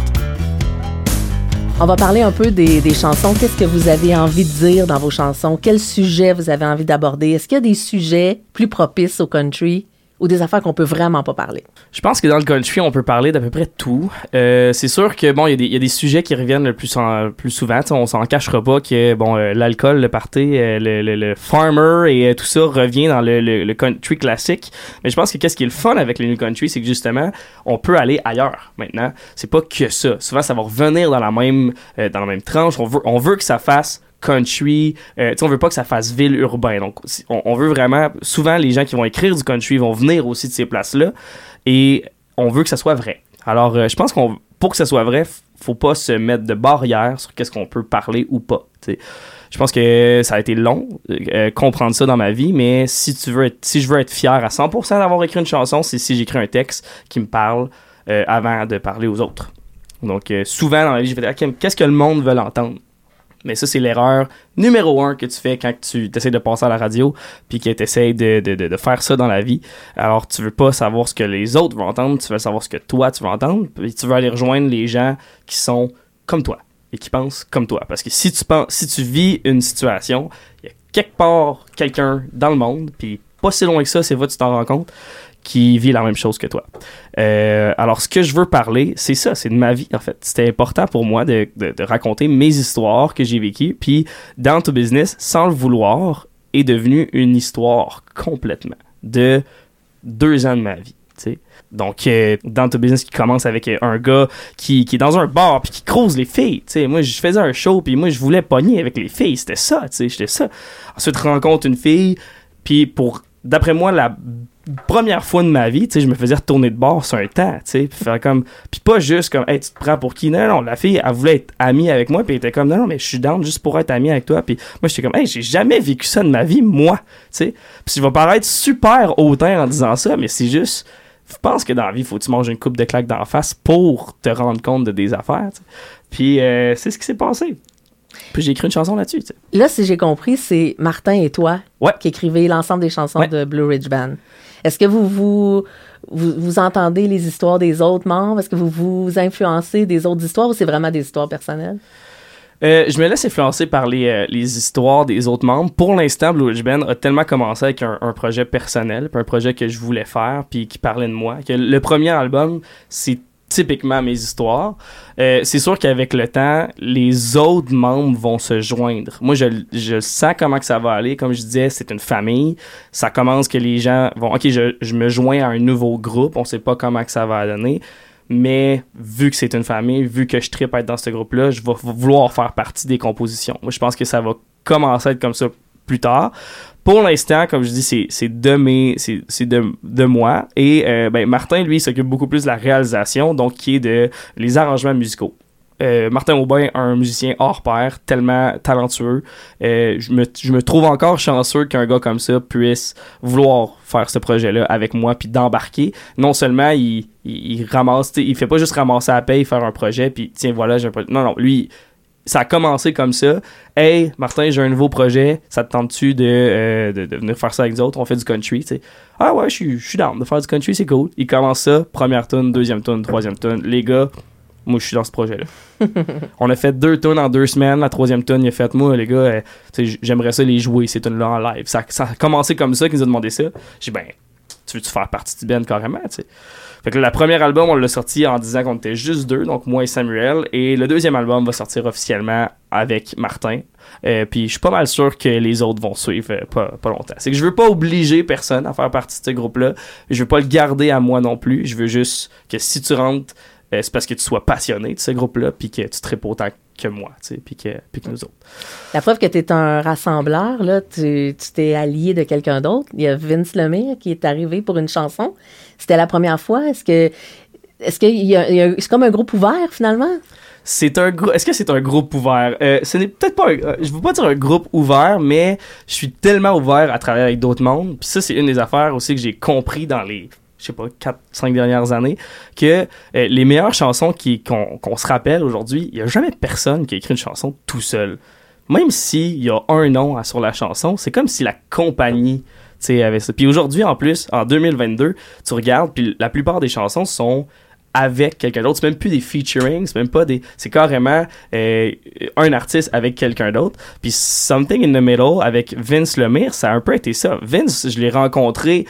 On va parler un peu des, des chansons. Qu'est-ce que vous avez envie de dire dans vos chansons? Quel sujet vous avez envie d'aborder? Est-ce qu'il y a des sujets plus propices au country ou des affaires qu'on peut vraiment pas parler? Je pense que dans le country, on peut parler d'à peu près tout. Euh, c'est sûr que bon, il y a des, il y a des sujets qui reviennent le plus, en, plus souvent. T'sais, on s'en cachera pas que bon, euh, l'alcool, le party, euh, le, le, le farmer et euh, tout ça revient dans le, le, le country classique. Mais je pense que qu'est-ce qui est le fun avec le new country, c'est que justement, on peut aller ailleurs maintenant. C'est pas que ça. Souvent, ça va revenir dans la même, euh, dans la même tranche. On veut, on veut que ça fasse country, euh, on veut pas que ça fasse ville urbain, donc on, on veut vraiment, souvent les gens qui vont écrire du country vont venir aussi de ces places-là et on veut que ça soit vrai. Alors euh, je pense qu'on pour que ça soit vrai, faut pas se mettre de barrières sur qu'est-ce qu'on peut parler ou pas, t'sais. Je pense que ça a été long euh, comprendre ça dans ma vie, mais si tu veux être, si je veux être fier à cent pour cent d'avoir écrit une chanson, c'est si j'écris un texte qui me parle euh, avant de parler aux autres. Donc euh, souvent dans la vie, je vais dire okay, qu'est-ce que le monde veut entendre. Mais ça, c'est l'erreur numéro un que tu fais quand tu essaies de passer à la radio puis que tu essaies de, de, de, de faire ça dans la vie. Alors, tu veux pas savoir ce que les autres vont entendre, tu veux savoir ce que toi, tu veux entendre, puis tu veux aller rejoindre les gens qui sont comme toi et qui pensent comme toi. Parce que si tu penses, si tu vis une situation, il y a quelque part quelqu'un dans le monde, puis pas si loin que ça, c'est vrai, tu t'en rends compte, qui vit la même chose que toi. Euh, alors, ce que je veux parler, c'est ça, c'est de ma vie, en fait. C'était important pour moi de, de, de raconter mes histoires que j'ai vécues, puis Down to Business, sans le vouloir, est devenu une histoire complètement de deux ans de ma vie, tu sais. Donc, euh, Down to Business qui commence avec un gars qui, qui est dans un bar puis qui crouse les filles, tu sais. Moi, je faisais un show, puis moi, je voulais pogner avec les filles, c'était ça, tu sais, j'étais ça. Ensuite, rencontre une fille, puis pour, d'après moi, la première fois de ma vie, tu sais, je me faisais retourner de bord sur un temps, tu sais, puis faire comme, puis pas juste comme, hey, tu te prends pour qui? Non, non, la fille, elle voulait être amie avec moi, puis elle était comme, non, non, mais je suis down juste pour être amie avec toi, puis moi, j'étais comme, hey, j'ai jamais vécu ça de ma vie, moi, tu sais, puis je vais paraître super hautain en disant ça, mais c'est juste, je pense que dans la vie, faut que tu manges une coupe de claques d'en face pour te rendre compte de des affaires, t'sais. Puis euh, c'est ce qui s'est passé. Puis j'ai écrit une chanson là-dessus, tu sais. Là, si j'ai compris, c'est Martin et toi ouais. qui écrivez l'ensemble des chansons ouais. de Blue Ridge Band. Est-ce que vous vous, vous vous entendez les histoires des autres membres? Est-ce que vous vous influencez des autres histoires ou c'est vraiment des histoires personnelles? Euh, je me laisse influencer par les, euh, les histoires des autres membres. Pour l'instant, Blue Ridge Band a tellement commencé avec un, un projet personnel, puis un projet que je voulais faire, puis qui parlait de moi, que le premier album, c'est typiquement mes histoires. Euh, c'est sûr qu'avec le temps, les autres membres vont se joindre. Moi, je, je sens comment que ça va aller. Comme je disais, c'est une famille. Ça commence que les gens vont... OK, je, je me joins à un nouveau groupe. On sait pas comment que ça va donner. Mais vu que c'est une famille, vu que je trippe à être dans ce groupe-là, je vais vouloir faire partie des compositions. Moi, je pense que ça va commencer à être comme ça plus tard. Pour l'instant, comme je dis, c'est, c'est de mes, c'est, c'est de, de moi. Et euh, ben, Martin, lui, s'occupe beaucoup plus de la réalisation, donc qui est de les arrangements musicaux. Euh, Martin Aubin, un musicien hors pair, tellement talentueux. Euh, je, me, je me trouve encore chanceux qu'un gars comme ça puisse vouloir faire ce projet-là avec moi puis d'embarquer. Non seulement il, il, il ramasse, il fait pas juste ramasser à la paye, faire un projet puis tiens voilà, j'ai un projet. Non, non, lui... Ça a commencé comme ça. Hey, Martin, j'ai un nouveau projet. Ça te tente-tu de, euh, de, de venir faire ça avec nous autres? On fait du country, tu sais. Ah ouais, je suis, je suis down de faire du country, c'est cool. Il commence ça, première tune, deuxième tune, troisième tune. Les gars, moi, je suis dans ce projet-là. On a fait deux tunes en deux semaines. La troisième tune, il a fait, moi, les gars, euh, tu sais, j'aimerais ça les jouer, ces tunes-là en live. Ça, ça a commencé comme ça, qu'ils nous ont demandé ça. J'ai dit, ben, tu veux-tu faire partie du band carrément, tu sais. Fait que le premier album, on l'a sorti en disant qu'on était juste deux, donc moi et Samuel. Et le deuxième album va sortir officiellement avec Martin. Euh, puis je suis pas mal sûr que les autres vont suivre euh, pas, pas longtemps. C'est que je veux pas obliger personne à faire partie de ce groupe-là. Je veux pas le garder à moi non plus. Je veux juste que si tu rentres, euh, c'est parce que tu sois passionné de ce groupe-là, puis que tu tripes autant que moi, tu sais, puis que, puis que nous autres. La preuve que tu es un rassembleur, là, tu, tu t'es allié de quelqu'un d'autre. Il y a Vince Lemire qui est arrivé pour une chanson. C'était la première fois. Est-ce que, est-ce qu'il y a, il y a, c'est comme un groupe ouvert, finalement? C'est un groupe. Est-ce que c'est un groupe ouvert? Euh, ce n'est peut-être pas un, euh, je veux pas dire un groupe ouvert, mais je suis tellement ouvert à travailler avec d'autres mondes. Puis ça, c'est une des affaires aussi que j'ai compris dans les, je sais pas, quatre cinq dernières années, que euh, les meilleures chansons qui, qu'on, qu'on se rappelle aujourd'hui, il y a jamais personne qui a écrit une chanson tout seul. Même s'il y a un nom sur la chanson, c'est comme si la compagnie, tu sais, avait ça. Puis aujourd'hui, en plus, en deux mille vingt-deux, tu regardes, puis la plupart des chansons sont avec quelqu'un d'autre. C'est même plus des featuring, c'est même pas des... C'est carrément euh, un artiste avec quelqu'un d'autre. Puis Something in the Middle avec Vince Lemire, ça a un peu été ça. Vince, je l'ai rencontré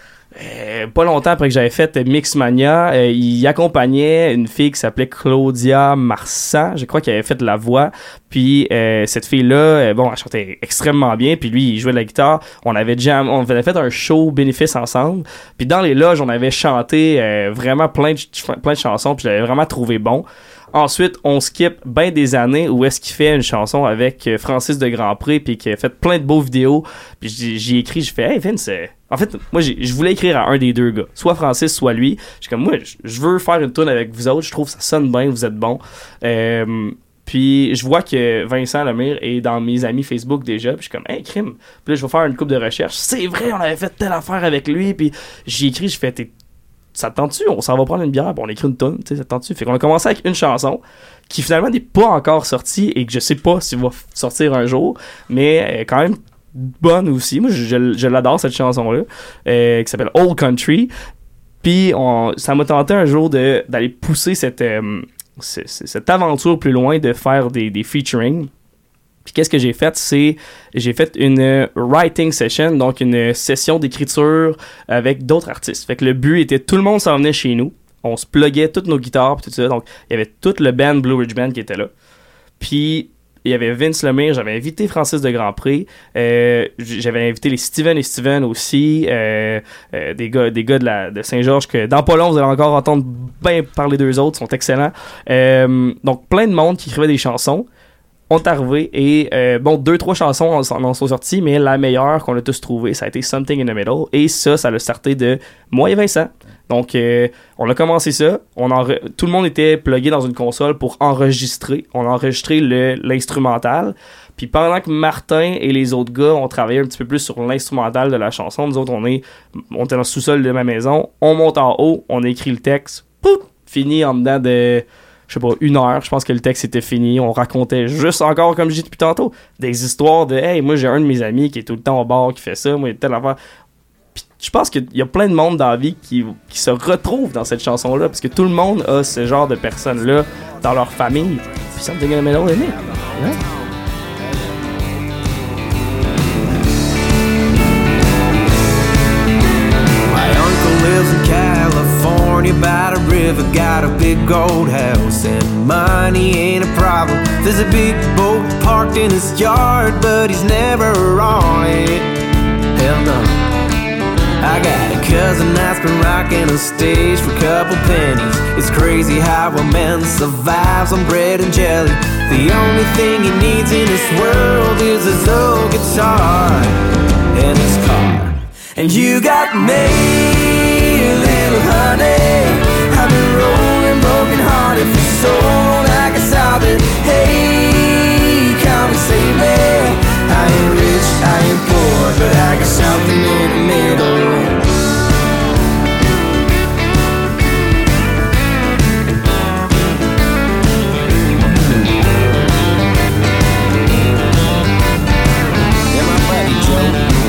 euh, pas longtemps après que j'avais fait Mixmania. Euh, il accompagnait une fille qui s'appelait Claudia Marsan, je crois qu'elle avait fait de la voix. Puis euh, cette fille-là, euh, bon, elle chantait extrêmement bien. Puis lui, il jouait de la guitare. On avait jam, on avait fait un show bénéfice ensemble. Puis dans les loges, on avait chanté euh, vraiment plein de, plein de chansons. Puis je l'avais vraiment trouvé bon. Ensuite, on skip bien des années où est-ce qu'il fait une chanson avec Francis de Grandpré puis qu'il a fait plein de beaux vidéos. Puis j'ai, j'ai écrit, j'ai fait « Hey Vince, euh, en fait, moi, j'ai, je voulais écrire à un des deux gars. Soit Francis, soit lui. Je suis comme, moi, je, je veux faire une tune avec vous autres. Je trouve que ça sonne bien, vous êtes bons. Euh, » Puis je vois que Vincent Lemire est dans mes amis Facebook déjà. Puis je suis comme, hey, crime. Puis là, je vais faire une couple de recherches. C'est vrai, on avait fait telle affaire avec lui. Puis j'ai écrit, je fais, t'es ça te tente-tu? On s'en va prendre une bière, puis on écrit une tonne, tu sais, ça te tente-tu? Fait qu'on a commencé avec une chanson qui finalement n'est pas encore sortie et que je sais pas s'il va f- sortir un jour, mais euh, quand même bonne aussi. Moi, je, je, je l'adore, cette chanson-là, euh, qui s'appelle Old Country. Puis on, ça m'a tenté un jour de, d'aller pousser cette, euh, c- c- cette aventure plus loin, de faire des, des featuring. Puis qu'est-ce que j'ai fait, c'est j'ai fait une writing session, donc une session d'écriture avec d'autres artistes. Fait que le but était tout le monde s'en venait chez nous, on se pluguait toutes nos guitares puis tout ça, donc il y avait tout le band Blue Ridge Band qui était là. Puis il y avait Vince Lemire, j'avais invité Francis de Grandpré, euh, j'avais invité les Steven et Steven aussi, euh, euh, des gars, des gars de, la, de Saint-Georges que dans pas long vous allez encore entendre bien parler d'eux autres, sont excellents. Euh, donc plein de monde qui écrivait des chansons. On est arrivé et euh, bon, deux, trois chansons en, en sont sorties, mais la meilleure qu'on a tous trouvée, ça a été Something in the Middle. Et ça, ça l'a starté de moi et Vincent. Donc, euh, on a commencé ça. On en re- tout le monde était plugué dans une console pour enregistrer. On a enregistré le, l'instrumental. Puis pendant que Martin et les autres gars ont travaillé un petit peu plus sur l'instrumental de la chanson, nous autres, on, est, on était dans le sous-sol de ma maison. On monte en haut, on écrit le texte. Pouf! Fini en dedans de... je sais pas, une heure, je pense que le texte était fini. On racontait juste encore, comme je dis depuis tantôt, des histoires de « Hey, moi, j'ai un de mes amis qui est tout le temps au bar, qui fait ça, moi, il y a telle affaire. » Puis je pense qu'il y a plein de monde dans la vie qui, qui se retrouve dans cette chanson-là, parce que tout le monde a ce genre de personnes-là dans leur famille. Puis Something in the Middle est né. Ouais. By the river, got a big old house, and money ain't a problem. There's a big boat parked in his yard, but he's never on it. Hell no. I got a cousin that's been rocking a stage for a couple pennies. It's crazy how a man survives on bread and jelly. The only thing he needs in this world is his old guitar and his car. And you got me, little honey. I've been rolling broken hearted for so long I can stop it. Hey, come and save me. I ain't rich, I ain't poor, but I got something in the middle. Yeah, my buddy Joe.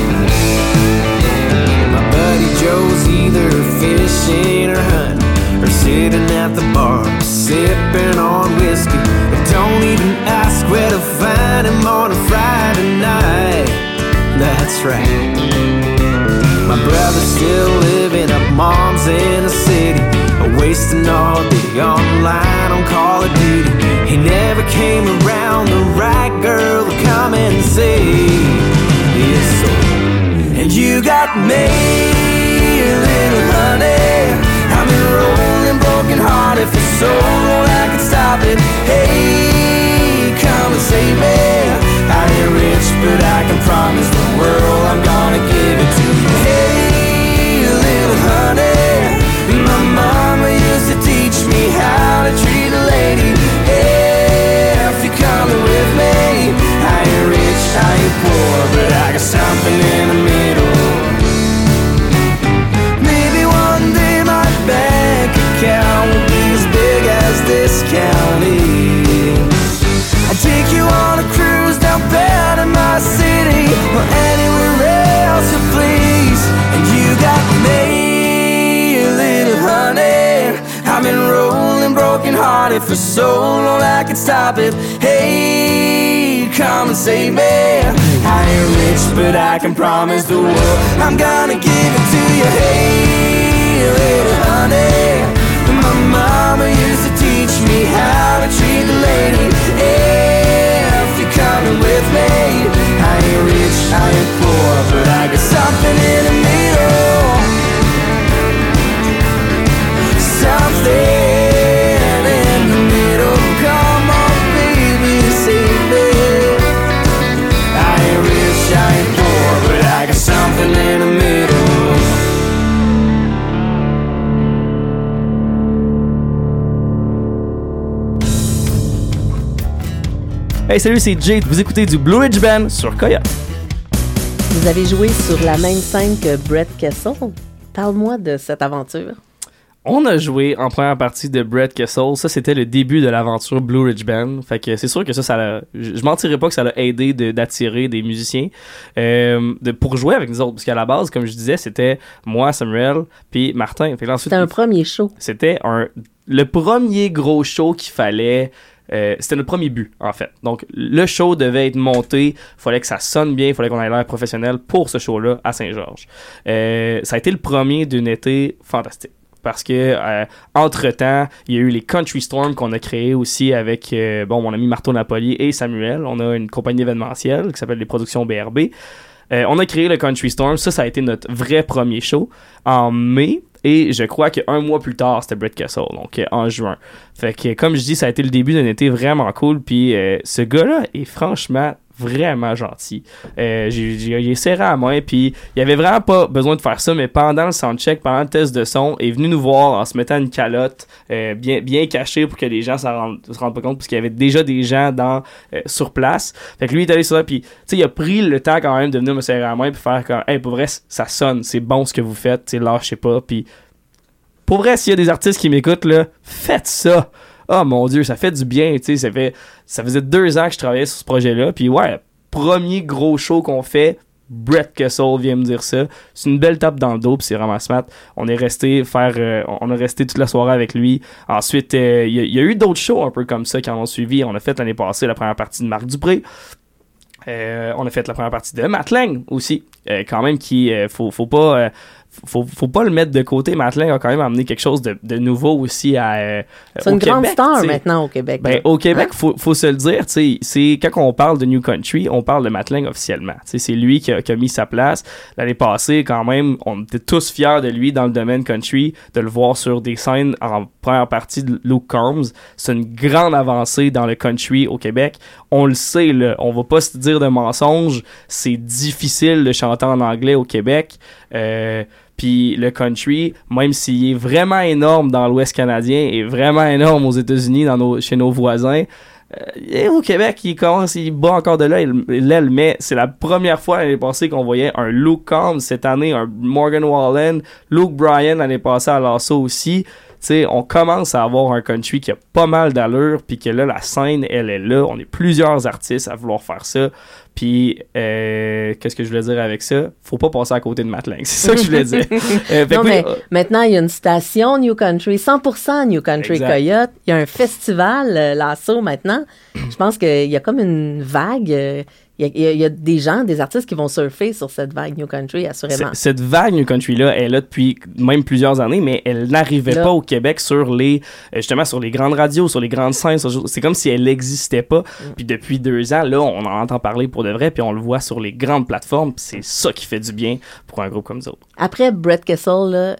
My buddy Joe's either fishing or hunting, or sitting at the bar, sipping on whiskey. But don't even ask where to find him on a Friday night. That's right. My My brother's still living up, mom's in the city, wasting all day online on Call of Duty. He never came around the right girl to come and save his soul. And you got me, little honey. I've been rolling broken hearted for so long I can stop it. Hey, come and save me. I ain't rich, but I can promise the world I'm gonna give it to you. Hey, little honey, my mama used to teach me how to treat a lady. Hey, if you're coming with me, I ain't rich, I ain't poor, but I got something in the middle. Maybe one day my bank account will be as big as this county. I'd take you on a cruise down bad in my city, or anywhere else you please. And you got me, little honey. I've been rolling broken hearted for so long I can stop it. Hey, come and save me. I ain't rich, but I can promise the world I'm gonna give it to you. Hey, little honey. My mama used to teach me how to treat the lady. If you're coming with me, I ain't rich, I ain't poor, but I got something in the middle. Something in the middle. Come on, baby, save me. I ain't rich, I ain't poor, but I got something in the middle. Hey, salut, c'est Jay. Vous écoutez du Blue Ridge Band sur Coyote. Vous avez joué sur la même scène que Brett Kessel. Parle-moi de cette aventure. On a joué en première partie de Brett Kessel. Ça, c'était le début de l'aventure Blue Ridge Band. Fait que c'est sûr que ça, ça l'a, je mentirais pas que ça l'a aidé de, d'attirer des musiciens euh, de, pour jouer avec nous autres. Parce qu'à la base, comme je disais, c'était moi, Samuel, puis Martin. Fait que ensuite, c'était un premier show. C'était un, le premier gros show qu'il fallait... Euh, c'était notre premier but, en fait. Donc, le show devait être monté, il fallait que ça sonne bien, il fallait qu'on ait l'air professionnel pour ce show-là à Saint-Georges. Euh, ça a été le premier d'un été fantastique. Parce que euh, entre-temps, il y a eu les Country Storm qu'on a créés aussi avec euh, bon mon ami Marteau Napoli et Samuel. On a une compagnie événementielle qui s'appelle les Productions B R B. Euh, on a créé le Country Storm. Ça, ça a été notre vrai premier show en mai. Et je crois qu'un mois plus tard, c'était Brett Kessel, donc euh, en juin. Fait que, comme je dis, ça a été le début d'un été vraiment cool. Puis euh, ce gars-là est franchement vraiment gentil. Euh, j'ai, j'ai, j'ai serré à main, puis il avait vraiment pas besoin de faire ça, mais pendant le soundcheck, pendant le test de son, il est venu nous voir en se mettant une calotte euh, bien, bien cachée pour que les gens s'en rendent, se rendent pas compte, parce qu'il y avait déjà des gens dans, euh, sur place. Fait que lui, il est allé sur là, puis tu sais, il a pris le temps quand même de venir me serrer à la main, puis faire comme, hey, pour vrai, ça sonne, c'est bon ce que vous faites, tu sais, lâchez pas, puis pour vrai, s'il y a des artistes qui m'écoutent, là, faites ça! Oh mon Dieu, ça fait du bien, tu sais, ça fait, ça faisait deux ans que je travaillais sur ce projet-là, puis ouais, premier gros show qu'on fait, Brett Kessel vient me dire ça, c'est une belle tape dans le dos, puis c'est vraiment smart. On est resté faire, euh, on a resté toute la soirée avec lui. Ensuite, il euh, y, y a eu d'autres shows un peu comme ça qui en ont suivi. On a fait l'année passée la première partie de Marc Dupré. Euh, on a fait la première partie de Matt Lang aussi, euh, quand même qui, euh, faut, faut pas... Euh, Faut, faut pas le mettre de côté. Matt Lang a quand même amené quelque chose de, de nouveau aussi à, euh, c'est une Québec, grande star t'sais. Maintenant au Québec. Ben, au Québec, hein? faut, faut se le dire, t'sais, c'est quand on parle de New Country, on parle de Matt Lang officiellement. T'sais, c'est lui qui a, qui a mis sa place. L'année passée, quand même, on était tous fiers de lui dans le domaine country, de le voir sur des scènes en première partie de Luke Combs. C'est une grande avancée dans le country au Québec. On le sait, là, on va pas se dire de mensonges. C'est difficile de chanter en anglais au Québec. Euh, Puis le country, même s'il est vraiment énorme dans l'Ouest canadien et vraiment énorme aux États-Unis, dans nos, chez nos voisins, euh, et au Québec, il commence, il bat encore de l'aile, mais c'est la première fois l'année passée qu'on voyait un Luke Combs, cette année un Morgan Wallen, Luke Bryan l'année passée à Lasso aussi. T'sais, on commence à avoir un country qui a pas mal d'allure, puis que là, la scène, elle est là. On est plusieurs artistes à vouloir faire ça. Puis, euh, qu'est-ce que je voulais dire avec ça? Faut pas passer à côté de Matt Lang. C'est ça que je voulais dire. euh, non, oui, mais euh, maintenant, il y a une station New Country, cent pour cent New Country exact. Coyote. Il y a un festival, euh, Lasso, maintenant. Je pense qu'il y a comme une vague euh, il y, a, il y a des gens, des artistes qui vont surfer sur cette vague New Country, assurément. C- cette vague New Country-là est là depuis même plusieurs années, mais elle n'arrivait là. pas au Québec sur les, justement, sur les grandes radios, sur les grandes scènes. Sur, c'est comme si elle n'existait pas. Mm. Puis depuis deux ans, là, on en entend parler pour de vrai, puis on le voit sur les grandes plateformes. Puis c'est ça qui fait du bien pour un groupe comme nous autres. Après Brett Kessel, là,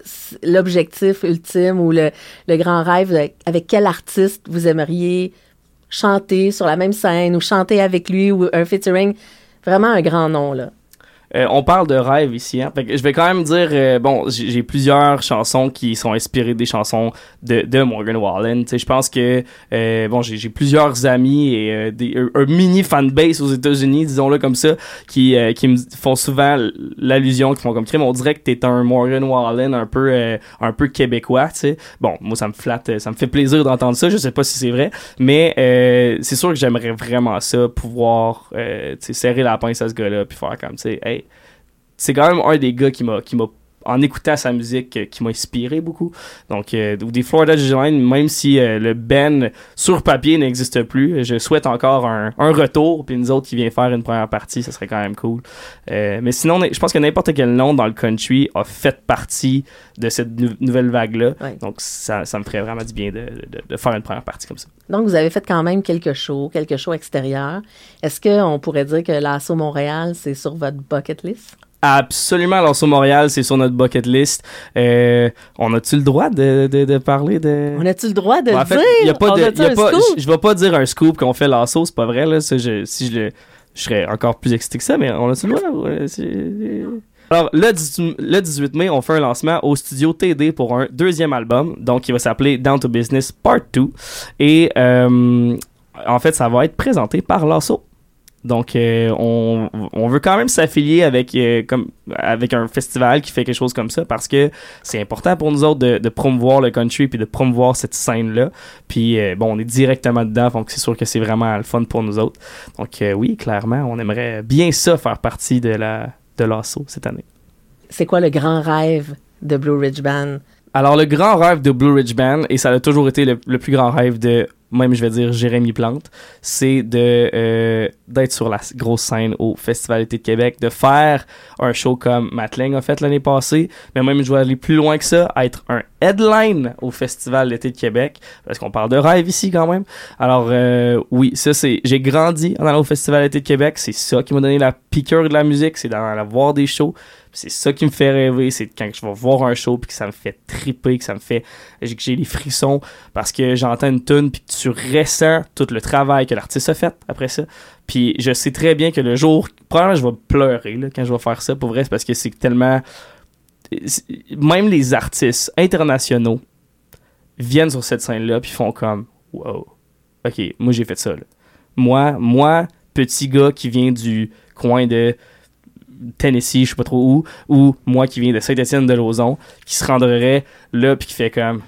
l'objectif ultime ou le, le grand rêve, avec quel artiste vous aimeriez chanter sur la même scène ou chanter avec lui ou un featuring, vraiment un grand nom, là. Euh, on parle de rêve ici, hein. Fait que je vais quand même dire, euh, bon, j'ai, j'ai plusieurs chansons qui sont inspirées des chansons de, de Morgan Wallen. Tu sais, je pense que, euh, bon, j'ai, j'ai plusieurs amis et euh, des, un, un mini fanbase aux États-Unis, disons-le comme ça, qui, euh, qui me font souvent l'allusion, qui font comme crime. On dirait que t'es un Morgan Wallen un peu, euh, un peu québécois, tu sais. Bon, moi, ça me flatte, ça me fait plaisir d'entendre ça. Je sais pas si c'est vrai, mais euh, c'est sûr que j'aimerais vraiment ça, pouvoir, euh, tu sais, serrer la pince à ce gars-là, puis faire comme, tu sais, hey, c'est quand même un des gars qui m'a, qui m'a en écoutant sa musique, qui m'a inspiré beaucoup. Donc, euh, des Florida Georgia Line, même si euh, le band sur papier n'existe plus, je souhaite encore un, un retour, puis nous autres qui vient faire une première partie, ça serait quand même cool. Euh, mais sinon, je pense que n'importe quel nom dans le country a fait partie de cette nou- nouvelle vague-là. Ouais. Donc, ça, ça me ferait vraiment du bien de, de, de faire une première partie comme ça. Donc, vous avez fait quand même quelques shows, quelques shows extérieurs. Est-ce qu'on pourrait dire que l'Assaut Montréal, c'est sur votre bucket list? Absolument, l'Assaut Montréal, c'est sur notre bucket list. Euh, on a-tu le droit de, de, de parler de... On a-tu le droit de bon, le en fait, dire? Y a pas on de, a-tu y a un pas, scoop? Je, je vais pas dire un scoop qu'on fait l'Assaut, c'est pas vrai, là. Ça, je, si je le... Je serais encore plus excité que ça, mais on a-tu le droit? Ouais, c'est... Alors, le, dix-huit, le dix-huit mai, on fait un lancement au studio T D pour un deuxième album, donc qui va s'appeler Down to Business Part deux. Et euh, en fait, ça va être présenté par l'Assaut. Donc, euh, on, on veut quand même s'affilier avec, euh, comme, avec un festival qui fait quelque chose comme ça parce que c'est important pour nous autres de, de promouvoir le country puis de promouvoir cette scène-là. Puis, euh, bon, on est directement dedans, donc c'est sûr que c'est vraiment le fun pour nous autres. Donc, euh, oui, clairement, on aimerait bien ça faire partie de, la, de l'Assaut cette année. C'est quoi le grand rêve de Blue Ridge Band? Alors, le grand rêve de Blue Ridge Band, et ça a toujours été le, le plus grand rêve de... même je vais dire Jérémy Plante, c'est de euh, d'être sur la grosse scène au Festival Été de Québec, de faire un show comme Matt Lang a fait l'année passée, mais même je vais aller plus loin que ça, être un headline au Festival Été de Québec, parce qu'on parle de rêve ici quand même. Alors euh, oui, ça c'est, j'ai grandi en allant au Festival Été de Québec, c'est ça qui m'a donné la piqûre de la musique, c'est d'aller voir des shows. C'est ça qui me fait rêver, c'est quand je vais voir un show puis que ça me fait triper, que ça me fait, que j'ai les frissons parce que j'entends une tune puis que tu ressens tout le travail que l'artiste a fait après ça. Puis je sais très bien que le jour, probablement je vais pleurer là, quand je vais faire ça, pour vrai, c'est parce que c'est tellement, c'est, même les artistes internationaux viennent sur cette scène-là puis font comme, wow, ok, moi j'ai fait ça là. Moi, moi, petit gars qui vient du coin de Tennessee, je sais pas trop où, ou moi qui viens de Saint-Étienne-de-Lauzon, qui se rendrait là puis qui fait comme,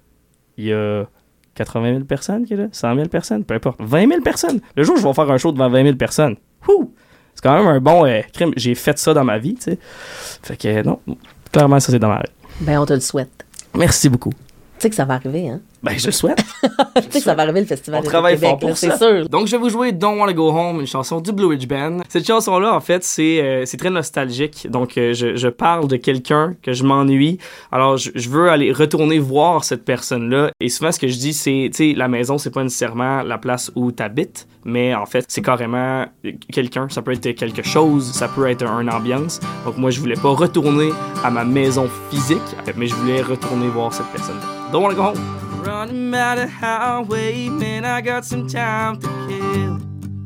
il y a quatre-vingt mille personnes qui est là, cent mille personnes, peu importe, vingt mille personnes. Le jour où je vais faire un show devant vingt mille personnes, wouh, c'est quand même un bon euh, crime. J'ai fait ça dans ma vie, tu sais. Fait que non, clairement ça c'est dans ma rêve. Ben on te le souhaite. Merci beaucoup. Tu sais que ça va arriver, hein? Ben, je souhaite. Tu sais que ça va arriver le festival On travaille Québec, fort pour là, ça. c'est sûr. Donc, je vais vous jouer Don't Wanna Go Home, une chanson du Blue Ridge Band. Cette chanson-là, en fait, c'est, euh, c'est très nostalgique. Donc, euh, je, je parle de quelqu'un que je m'ennuie. Alors, je, je veux aller retourner voir cette personne-là. Et souvent, ce que je dis, c'est, tu sais, la maison, c'est pas nécessairement la place où t'habites, mais en fait, c'est carrément quelqu'un. Ça peut être quelque chose, ça peut être une ambiance. Donc, moi, je voulais pas retourner à ma maison physique, mais je voulais retourner voir cette personne-là. Don't Wanna Go Home. Running down the highway, man, I got some time to kill.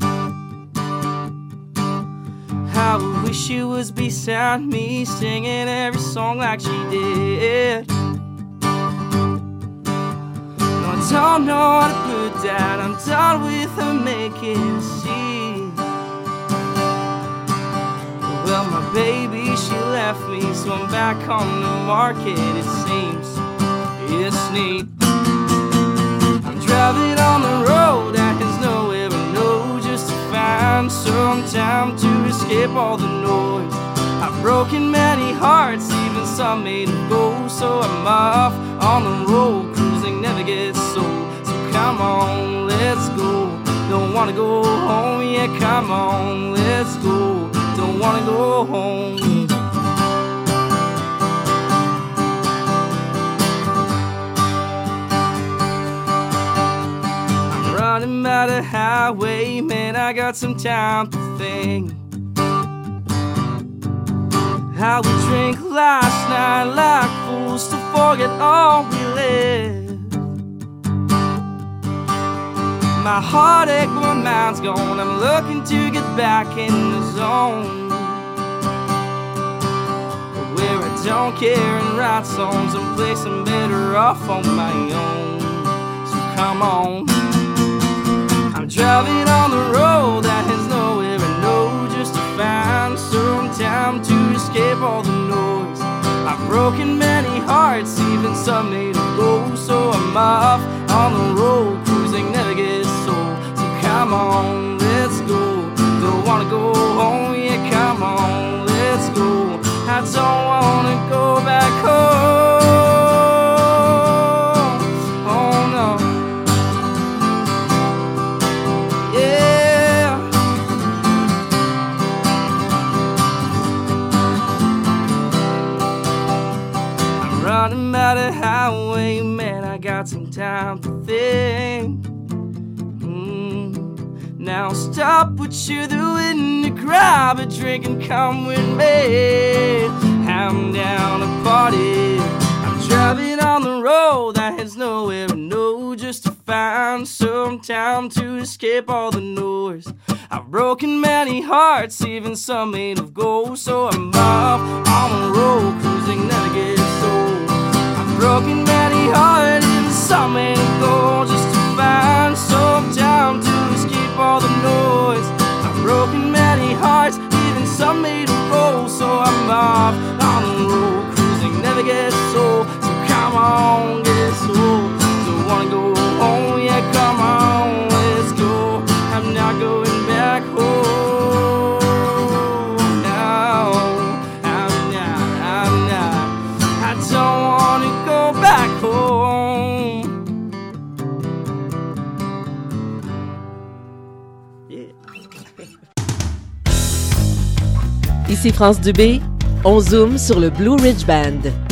How I wish you was beside me, singing every song like she did. No, I don't know how to put that, I'm done with her making a scene. Well, my baby, she left me, so I'm back on the market, it seems. It's neat. I'm driving on the road, there is nowhere I know, just to find some time to escape all the noise. I've broken many hearts, even some made of gold, so I'm off on the road, cruising never gets old. So come on, let's go. don't wanna go home, yeah, come on, let's go. Don't wanna go home. I'm running by the highway, man, I got some time to think. How we drank last night like fools to forget all we lived. My heartache, my mind's gone, I'm looking to get back in the zone where I don't care and write songs and play some better off on my own. So come on, I'm driving on the road that has nowhere to know, just to find some time to escape all the noise. I've broken many hearts, even some made of gold. So I'm off on the road, cruising, never get sold. So come on, let's go. Don't wanna go home, yeah, come on, let's go. I don't wanna go back home. Oh no. Yeah. I'm running by the highway, man, I got some time to think. Mm. Now stop what you're doing to grab a drink and come with me. I'm down to party. I'm driving on the road that has nowhere to know, just to find some time to escape all the noise. I've broken many hearts, even some made of gold. So I'm off on the road, cruising, never get sold. I've broken many hearts, even some made of gold, just to find some time to escape all the noise. I've broken many hearts, even some made of gold. So I'm off on the road, cruising, never get sold. So come on, get sold. Don't wanna go home, yeah, come on, let's go. I'm not going back home. No, I'm not, I'm not. I don't wanna go back home. Yeah. Ici France Dubé, on zoome sur le Blue Ridge Band.